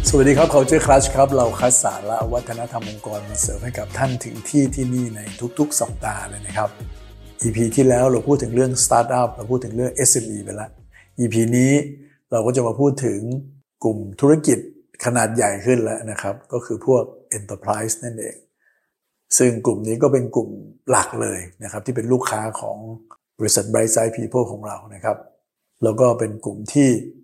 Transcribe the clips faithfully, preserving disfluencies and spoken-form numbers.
สวัสดีครับ Culture Clash ครับเราคัดสาระวัฒนธรรมองค์กรมาเสิร์ฟให้กับท่านถึงที่ที่นี่ในทุกๆสัปดาห์เลยนะครับ อี พี ที่แล้วเราพูดถึงเรื่อง Startup เราพูดถึงเรื่อง เอส เอ็ม อี ไปแล้ว อี พี นี้เราก็จะมาพูดถึงกลุ่มธุรกิจขนาดใหญ่ขึ้นแล้วนะครับก็คือพวก Enterprise นั่นเองซึ่งกลุ่มนี้ก็เป็นกลุ่มหลักเลยนะครับที่เป็นลูกค้าของบริษัท Brightside People ของเรานะครับแล้วก็เป็นกลุ่มที่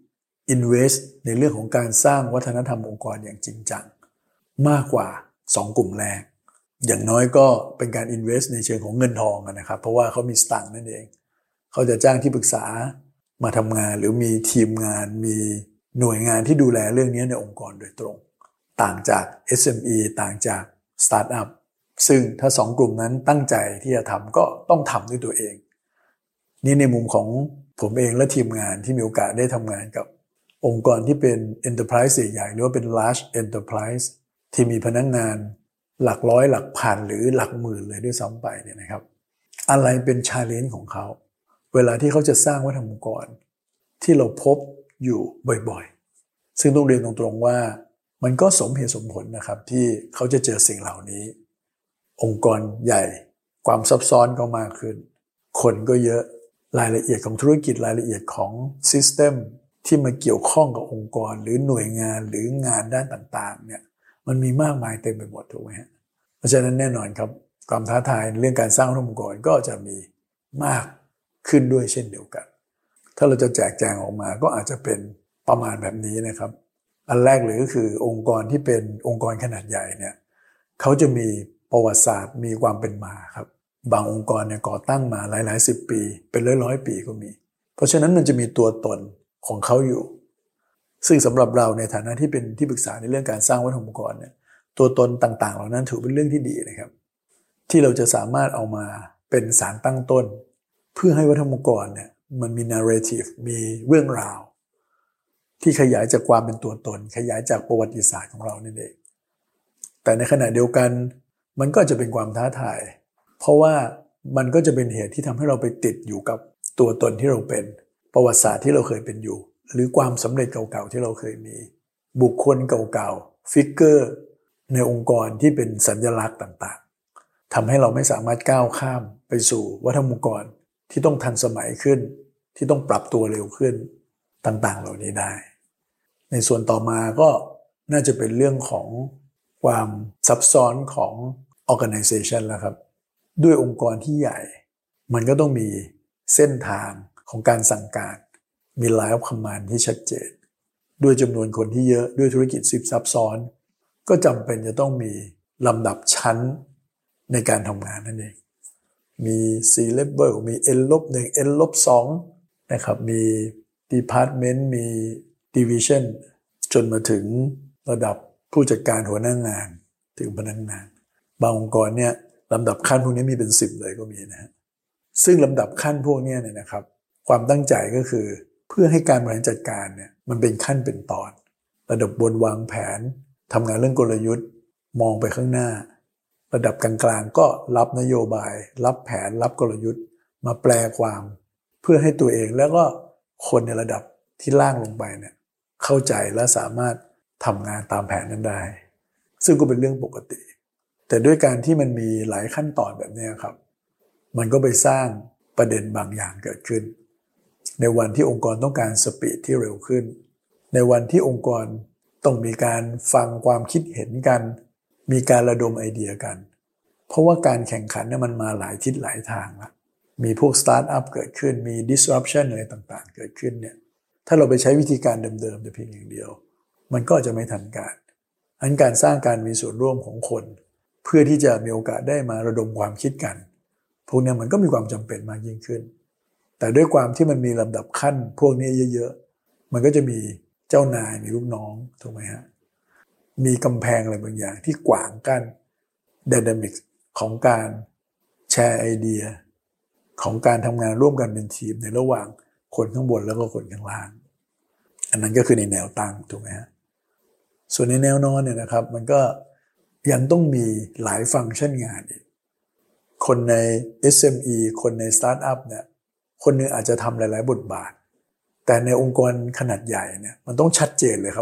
invest ในเรื่องของการสร้างวัฒนธรรมองค์กรอย่างจริงจังมากกว่าสองกลุ่มแรกอย่างน้อยก็เป็นการ invest ในเชิงของเงินทองนะครับเพราะว่าเขามีสตางค์นั่นเองเขาจะจ้างที่ปรึกษามาทำงานหรือมีทีมงานมีหน่วยงานที่ดูแลเรื่องนี้ในองค์กรโดยตรงต่างจาก เอส เอ็ม อี ต่างจาก Startup ซึ่งถ้าสองกลุ่มนั้นตั้งใจที่จะทำก็ต้องทำด้วยตัวเองนี่ในมุมของผมเองและทีมงานที่มีโอกาสได้ทำงานกับองค์กรที่เป็น Enterprise ใหญ่ๆหรือว่าเป็น Large Enterprise ที่มีพนักงานหลักร้อยหลักพันหรือหลักหมื่นเลยด้วยซ้ำไปเนี่ยนะครับอะไรเป็น challenge ของเขาเวลาที่เขาจะสร้างวัฒนธรรมองค์กรที่เราพบอยู่บ่อยๆซึ่งต้องเรียนตรงๆว่ามันก็สมเหตุสมผลนะครับที่เขาจะเจอสิ่งเหล่านี้องค์กรใหญ่ความซับซ้อนก็มากขึ้นคนก็เยอะรายละเอียดของธุรกิจรายละเอียดของ System ที่มาเกี่ยวข้องกับองค์กรหรือหน่วยงานหรืองานด้านต่างๆเนี่ยมันมีมากมายเต็มไปหมดถูกไหมฮะเพราะฉะนั้นแน่นอนครับความท้าทายเรื่องการสร้างองค์กรก็จะมีมากขึ้นด้วยเช่นเดียวกันถ้าเราจะแจกแจงออกมาก็อาจจะเป็นประมาณแบบนี้นะครับอันแรกเลยก็คือองค์กรที่เป็นองค์กรขนาดใหญ่เนี่ยเขาจะมีประวัติศาสตร์มีความเป็นมาครับบางองค์กรเนี่ยก่อตั้งมาหลายๆสิบปีเป็นร้อยๆปีก็มีเพราะฉะนั้นมันจะมีตัวตนของเขาอยู่ซึ่งสำหรับเราในฐานะที่เป็นที่ปรึกษาในเรื่องการสร้างวัฒนธรรมองค์กรเนี่ยตัวตนต่างๆเหล่านั้นถือเป็นเรื่องที่ดีนะครับที่เราจะสามารถเอามาเป็นสารตั้งต้นเพื่อให้วัฒนธรรมองค์กรเนี่ยมันมี narrative มีเรื่องราวที่ขยายจากความเป็นตัวตนขยายจากประวัติศาสตร์ของเรานั่นเองแต่ในขณะเดียวกันมันก็จะเป็นความท้าทายเพราะว่ามันก็จะเป็นเหตุที่ทำให้เราไปติดอยู่กับตัวตนที่เราเป็นประวัติศาสตร์ที่เราเคยเป็นอยู่หรือความสำเร็จเก่าๆที่เราเคยมีบุคคลเก่าๆฟิกเกอร์ในองค์กรที่เป็นสัญลักษณ์ต่างๆทำให้เราไม่สามารถก้าวข้ามไปสู่วัฒนธรรมองค์กรที่ต้องทันสมัยขึ้นที่ต้องปรับตัวเร็วขึ้นต่างๆเหล่านี้ได้ในส่วนต่อมาก็น่าจะเป็นเรื่องของความซับซ้อนของ organization แล้วครับด้วยองค์กรที่ใหญ่มันก็ต้องมีเส้นทางของการสั่งการมี line of command ที่ชัดเจนด้วยจำนวนคนที่เยอะด้วยธุรกิจซับซ้อนก็จำเป็นจะต้องมีลำดับชั้นในการทำงานนั่นเองมี C level มี N ลบหนึ่ง N ลบสองนะครับมี department มี division จนมาถึงระดับผู้จัดการหัวหน้างานถึงพนักงานบางองค์กรเนี่ยลำดับขั้นพวกนี้มีเป็นสิบเลยก็มีนะฮะซึ่งลำดับขั้นพวกนี้เนี่ยนะครับความตั้งใจก็คือเพื่อให้การบริหารจัดการเนี่ยมันเป็นขั้นเป็นตอนระดับบนวางแผนทำงานเรื่องกลยุทธ์มองไปข้างหน้าระดับกลางๆก็รับนโยบายรับแผนรับกลยุทธ์มาแปลความเพื่อให้ตัวเองแล้วก็คนในระดับที่ล่างลงไปเนี่ยเข้าใจและสามารถทำงานตามแผนนั้นได้ซึ่งก็เป็นเรื่องปกติแต่ด้วยการที่มันมีหลายขั้นตอนแบบนี้ครับมันก็ไปสร้างประเด็นบางอย่างเกิดขึ้นในวันที่องค์กรต้องการสปีดที่เร็วขึ้นในวันที่องค์กรต้องมีการฟังความคิดเห็นกันมีการระดมไอเดียกันเพราะว่าการแข่งขันเนี่ยมันมาหลายทิศหลายทางละมีพวกสตาร์ทอัพเกิดขึ้นมี disruption อะไรต่างๆเกิดขึ้นเนี่ยถ้าเราไปใช้วิธีการเดิมๆแต่เพียงอย่างเดียวมันก็จะไม่ทันการอันการสร้างการมีส่วนร่วมของคนเพื่อที่จะมีโอกาสได้มาระดมความคิดกันพวกนี้มันก็มีความจำเป็นมากยิ่งขึ้นแต่ด้วยความที่มันมีลำดับขั้นพวกนี้เยอะๆมันก็จะมีเจ้านายมีลูกน้องถูกไหมฮะมีกำแพงอะไรบางอย่างที่ขวางกั้นไดนามิกของการแชร์ไอเดียของการทำงานร่วมกันเป็นทีมในระหว่างคนข้างบนแล้วก็คนข้างล่างอันนั้นก็คือในแนวตั้งถูกไหมฮะส่วนในแนวนอนเนี่ยนะครับมันก็ยังต้องมีหลายฟังก์ชันงานอีกคนใน เอส เอ็ม อี คนในสตาร์ทอัพเนี่ยคนนึงอาจจะทำหลายๆบทบาทแต่ในองค์กรขนาดใหญ่เนี่ยมันต้องชัดเจนเลยครับว่า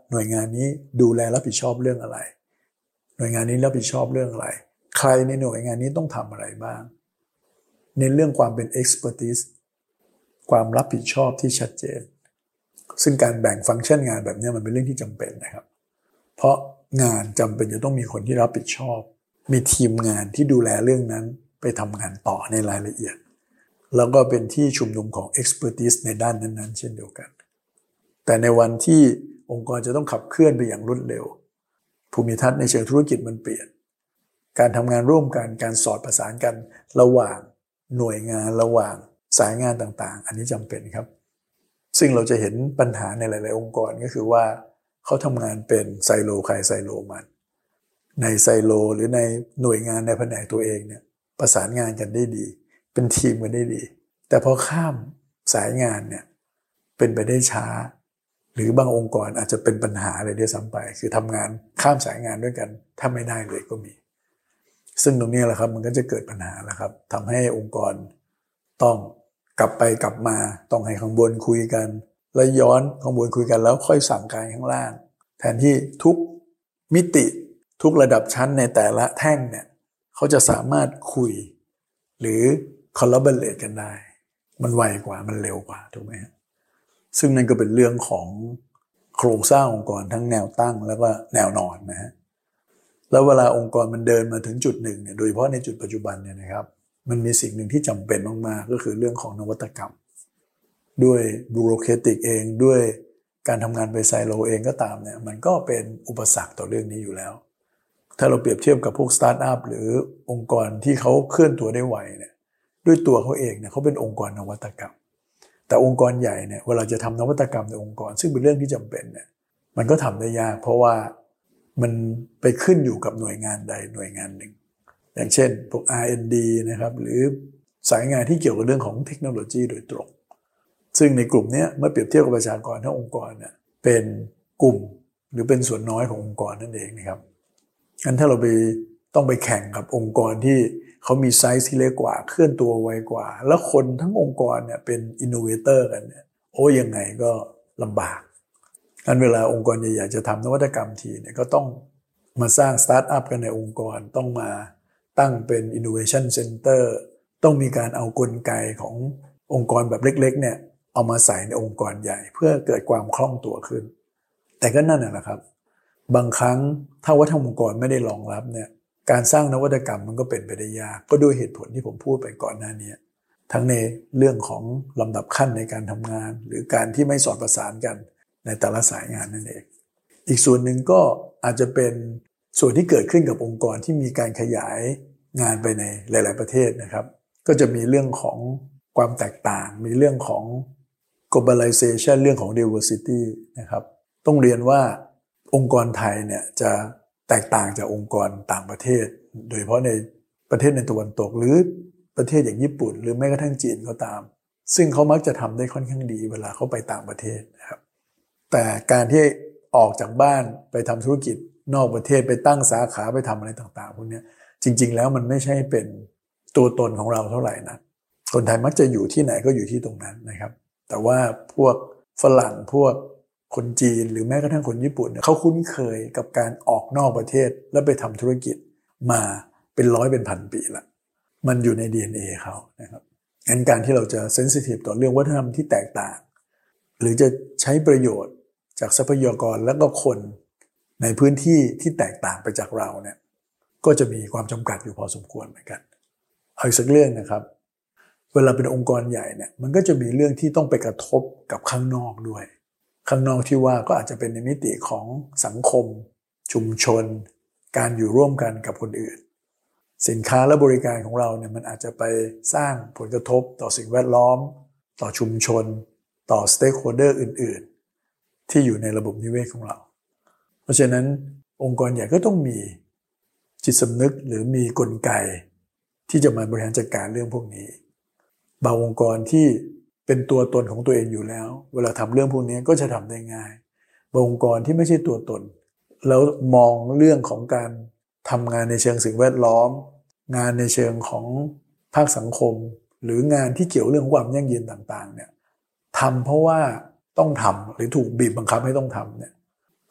หน่วยงานนี้ดูแลรับผิดชอบเรื่องอะไรหน่วยงานนี้รับผิดชอบเรื่องอะไรใครในหน่วยงานนี้ต้องทำอะไรบ้างในเรื่องความเป็น expertise ความรับผิดชอบที่ชัดเจนซึ่งการแบ่งฟังก์ชันงานแบบนี้มันเป็นเรื่องที่จำเป็นนะครับเพราะงานจำเป็นจะต้องมีคนที่รับผิดชอบมีทีมงานที่ดูแลเรื่องนั้นไปทำงานต่อในรายละเอียดแล้วก็เป็นที่ชุมนุมของ expertise ในด้านนั้นๆเช่นเดียวกันแต่ในวันที่องค์กรจะต้องขับเคลื่อนไปอย่างรวดเร็วภูมิทัศน์ในเชิงธุรกิจมันเปลี่ยนการทำงานร่วมกันการสอดประสานกันระหว่างหน่วยงานระหว่างสายงานต่างๆอันนี้จำเป็นครับซึ่งเราจะเห็นปัญหาในหลายๆองค์กรก็คือว่าเขาทำงานเป็นไซโลใครไซโลมันในไซโลหรือในหน่วยงานในแผนกตัวเองเนี่ยประสานงานกันได้ดีเป็นทีมกันได้ดีแต่พอข้ามสายงานเนี่ยเป็นไปได้ช้าหรือบางองค์กรอาจจะเป็นปัญหาเลยด้วยซ้ำไปคือทำงานข้ามสายงานด้วยกันถ้าไม่ได้เลยก็มีซึ่งตรงนี้แหละครับมันก็จะเกิดปัญหาแล้วครับทำให้องค์กรต้องกลับไปกลับมาต้องให้ข้างบนคุยกันแล้วย้อนข้างบนคุยกันแล้วค่อยสั่งการข้างล่างแทนที่ทุกมิติทุกระดับชั้นในแต่ละแท่งเนี่ยเขาจะสามารถคุยหรือ collaborate กันได้มันไวกว่ามันเร็วกว่าถูกไหมครับซึ่งนั่นก็เป็นเรื่องของโครงสร้างองค์กรทั้งแนวตั้งแล้วก็แนวนอนนะฮะแล้วเวลาองค์กรมันเดินมาถึงจุดหนึ่งเนี่ยโดยเฉพาะในจุดปัจจุบันเนี่ยนะครับมันมีสิ่งหนึ่งที่จำเป็นมากๆก็คือเรื่องของนวัตกรรมด้วยบูโรเครติกเองด้วยการทำงานไปไซโลเองก็ตามเนี่ยมันก็เป็นอุปสรรคต่อเรื่องนี้อยู่แล้วถ้าเราเปรียบเทียบกับพวกสตาร์ทอัพหรือองค์กรที่เขาเคลื่อนตัวได้ไวเนี่ยด้วยตัวเขาเองเนี่ยเขาเป็นองค์กรนวัตกรรมแต่องค์กรใหญ่เนี่ยเวลาจะทำนวัตกรรมในองค์กรซึ่งเป็นเรื่องที่จำเป็นเนี่ยมันก็ทำได้ยากเพราะว่ามันไปขึ้นอยู่กับหน่วยงานใดหน่วยงานหนึ่งอย่างเช่นพวก อาร์ แอนด์ ดี นะครับหรือสายงานที่เกี่ยวกับเรื่องของเทคโนโลยีโดยตรงซึ่งในกลุ่มนี้เมื่อเปรียบเทียบกับประชากรทั้งองค์กรเนี่ยเป็นกลุ่มหรือเป็นส่วนน้อยขององค์กรนั่นเองนะครับงั้นถ้าเราไปต้องไปแข่งกับองค์กรที่เขามีไซส์ที่เล็กกว่าเคลื่อนตัวไวกว่าแล้วคนทั้งองค์กรเนี่ยเป็นอินโนเวเตอร์กันเนี่ยโอ้ยังไงก็ลำบากงั้นเวลาองค์กรใหญ่ๆจะทำนวัตกรรมทีเนี่ยก็ต้องมาสร้างสตาร์ทอัพกันในองค์กรต้องมาตั้งเป็น Innovation Center ต้องมีการเอากลไกขององค์กรแบบเล็กๆเนี่ยเอามาใส่ในองค์กรใหญ่เพื่อเกิดความคล่องตัวขึ้นแต่ก็นั่นแหละครับบางครั้งถ้าว่าทั้งองค์กรไม่ได้รองรับเนี่ยการสร้างนวัตกรรมมันก็เป็นไปได้ยากก็ด้วยเหตุผลที่ผมพูดไปก่อนหน้านี้ทั้งในเรื่องของลำดับขั้นในการทำงานหรือการที่ไม่สอดประสานกันในแต่ละสายงานนั่นเองอีกส่วนหนึ่งก็อาจจะเป็นส่วนที่เกิดขึ้นกับองค์กรที่มีการขยายงานไปในหลายๆประเทศนะครับก็จะมีเรื่องของความแตกต่างมีเรื่องของ globalization เรื่องของ diversity นะครับต้องเรียนว่าองค์กรไทยเนี่ยจะแตกต่างจากองค์กรต่างประเทศโดยเฉพาะในประเทศในตะวันตกหรือประเทศอย่างญี่ปุ่นหรือแม้กระทั่งจีนก็ตามซึ่งเขามักจะทำได้ค่อนข้างดีเวลาเขาไปต่างประเทศนะครับแต่การที่ออกจากบ้านไปทำธุรกิจนอกประเทศไปตั้งสาขาไปทำอะไรต่างๆพวกนี้จริงๆแล้วมันไม่ใช่เป็นตัวตนของเราเท่าไหร่นะคนไทยมักจะอยู่ที่ไหนก็อยู่ที่ตรงนั้นนะครับแต่ว่าพวกฝรั่งพวกคนจีนหรือแม้กระทั่งคนญี่ปุ่นเนี่ยเขาคุ้นเคยกับการออกนอกประเทศแล้วไปทำธุรกิจมาเป็นร้อยเป็นพันปีละมันอยู่ใน ดี เอ็น เอ เขานะครับงั้นการที่เราจะเซนซิทีฟต่อเรื่องวัฒนธรรมที่แตกต่างหรือจะใช้ประโยชน์จากทรัพยากรและก็คนในพื้นที่ที่แตกต่างไปจากเราเนี่ยก็จะมีความจำกัดอยู่พอสมควรเหมือนกันเอาอีกสักเรื่องนะครับเวลาเป็นองค์กรใหญ่เนี่ยมันก็จะมีเรื่องที่ต้องไปกระทบกับข้างนอกด้วยข้างนอกที่ว่าก็อาจจะเป็นในมิติของสังคมชุมชนการอยู่ร่วมกันกับคนอื่นสินค้าและบริการของเราเนี่ยมันอาจจะไปสร้างผลกระทบต่อสิ่งแวดล้อมต่อชุมชนต่อสเต็กโฮลเดอร์อื่นๆที่อยู่ในระบบนิเวศของเราเพราะฉะนั้นองค์กรใหญ่ก็ต้องมีจิตสำนึกหรือมีกลไกที่จะมาบริหารจัดการเรื่องพวกนี้บางองค์กรที่เป็นตัวตนของตัวเองอยู่แล้วเวลาทำเรื่องพวกนี้ก็จะทำได้ง่ายบางองค์กรที่ไม่ใช่ตัวตนแล้วมองเรื่องของการทำงานในเชิงสิ่งแวดล้อมงานในเชิงของภาคสังคมหรืองานที่เกี่ยวเรื่องความยั่งยืนต่างๆเนี่ยทำเพราะว่าต้องทำหรือถูกบีบบังคับให้ต้องทำเนี่ยก็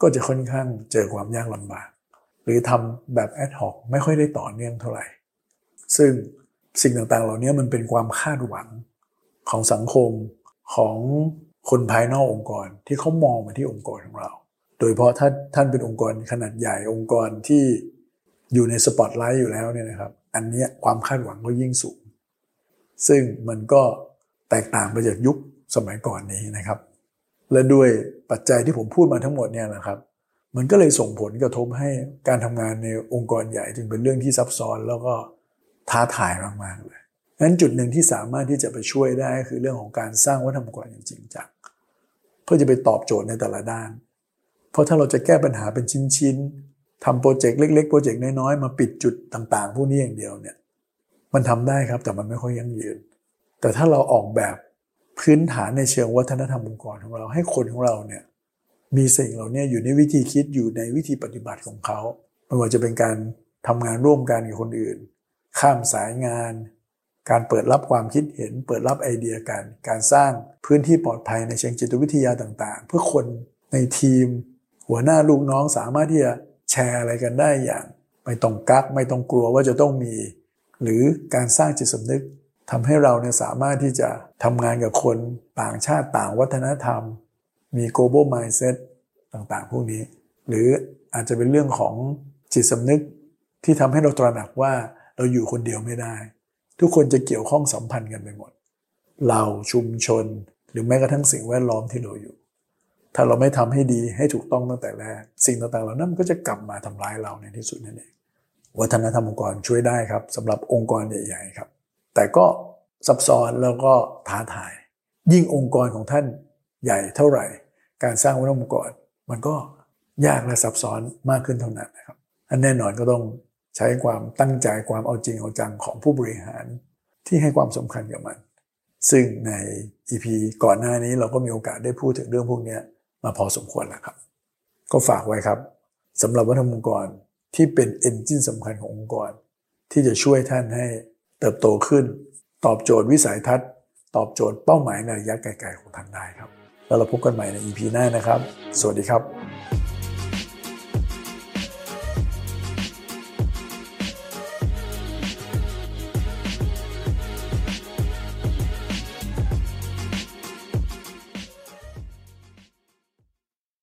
ก็จะค่อนข้างเจอความยากลำบากหรือทำแบบแอดฮอกไม่ค่อยได้ต่อเนื่องเท่าไหร่ซึ่งสิ่งต่างๆเหล่านี้มันเป็นความคาดหวังของสังคมของคนภายนอกองค์กรที่เขามองมาที่องค์กรของเราโดยเฉพาะถ้าท่านเป็นองค์กรขนาดใหญ่องค์กรที่อยู่ในสปอตไลท์อยู่แล้วเนี่ยนะครับอันนี้ความคาดหวังก็ยิ่งสูงซึ่งมันก็แตกต่างไปจากยุคสมัยก่อนนี้นะครับและด้วยปัจจัยที่ผมพูดมาทั้งหมดเนี่ยนะครับมันก็เลยส่งผลกระทบให้การทำงานในองค์กรใหญ่จึงเป็นเรื่องที่ซับซ้อนแล้วก็ท้าทายมากๆเลยงั้นจุดหนึ่งที่สามารถที่จะไปช่วยได้คือเรื่องของการสร้างวัฒนธรรมองค์กรอย่างจริงจังเพื่อจะไปตอบโจทย์ในแต่ละด้านเพราะถ้าเราจะแก้ปัญหาเป็นชิ้นๆทำโปรเจกต์เล็กๆโปรเจกต์น้อยๆมาปิดจุดต่างๆพวกนี้อย่างเดียวเนี่ยมันทำได้ครับแต่มันไม่ค่อยยั่งยืนแต่ถ้าเราออกแบบพื้นฐานในเชิงวัฒนธรรมองค์กรของเราให้คนของเราเนี่ยมีสิ่งเหล่านี้อยู่ในวิธีคิดอยู่ในวิธีปฏิบัติของเขาไม่ว่าจะเป็นการทำงานร่วมกันกับคนอื่นข้ามสายงานการเปิดรับความคิดเห็นเปิดรับไอเดียกันการสร้างพื้นที่ปลอดภัยในเชิงจิตวิทยาต่างๆเพื่อคนในทีมหัวหน้าลูกน้องสามารถที่จะแชร์อะไรกันได้อย่างไม่ต้องกักไม่ต้องกลัวว่าจะต้องมีหรือการสร้างจิตสำนึกทำให้เราเนี่ยสามารถที่จะทำงานกับคนต่างชาติต่างวัฒนธรรมมี global mindset ต่างๆพวกนี้หรืออาจจะเป็นเรื่องของจิตสำนึกที่ทำให้เราตระหนักว่าเราอยู่คนเดียวไม่ได้ทุกคนจะเกี่ยวข้องสัมพันธ์กันไปหมดเราชุมชนหรือแม้กระทั่งสิ่งแวดล้อมที่เราอยู่ถ้าเราไม่ทำให้ดีให้ถูกต้องตั้งแต่แรกสิ่งต่างๆเหล่านั้นมันก็จะกลับมาทำร้ายเราในที่สุดนั่นเองวัฒนธรรมองค์กรช่วยได้ครับสำหรับองค์กรใหญ่ๆครับแต่ก็ซับซ้อนแล้วก็ท้าทายยิ่งองค์กรของท่านใหญ่เท่าไหร่การสร้างวัฒนธรรมองค์กรมันก็ยากและซับซ้อนมากขึ้นเท่านั้นนะครับอันแน่นอนก็ต้องใช้ความตั้งใจความเอาจริงเอาจังของผู้บริหารที่ให้ความสำคัญกับมันซึ่งใน อี พี ก่อนหน้านี้เราก็มีโอกาสได้พูดถึงเรื่องพวกนี้มาพอสมควรแล้วครับก็ฝากไว้ครับสำหรับวัฒนธรรมองค์กรที่เป็นเอนจินสำคัญขององค์กรที่จะช่วยท่านให้เติบโตขึ้นตอบโจทย์วิสัยทัศน์ตอบโจทย์เป้าหมายในระยะไกลๆของท่านได้ครับแล้วเราพบกันใหม่ใน อี พี หน้านะครับสวัสดีครับ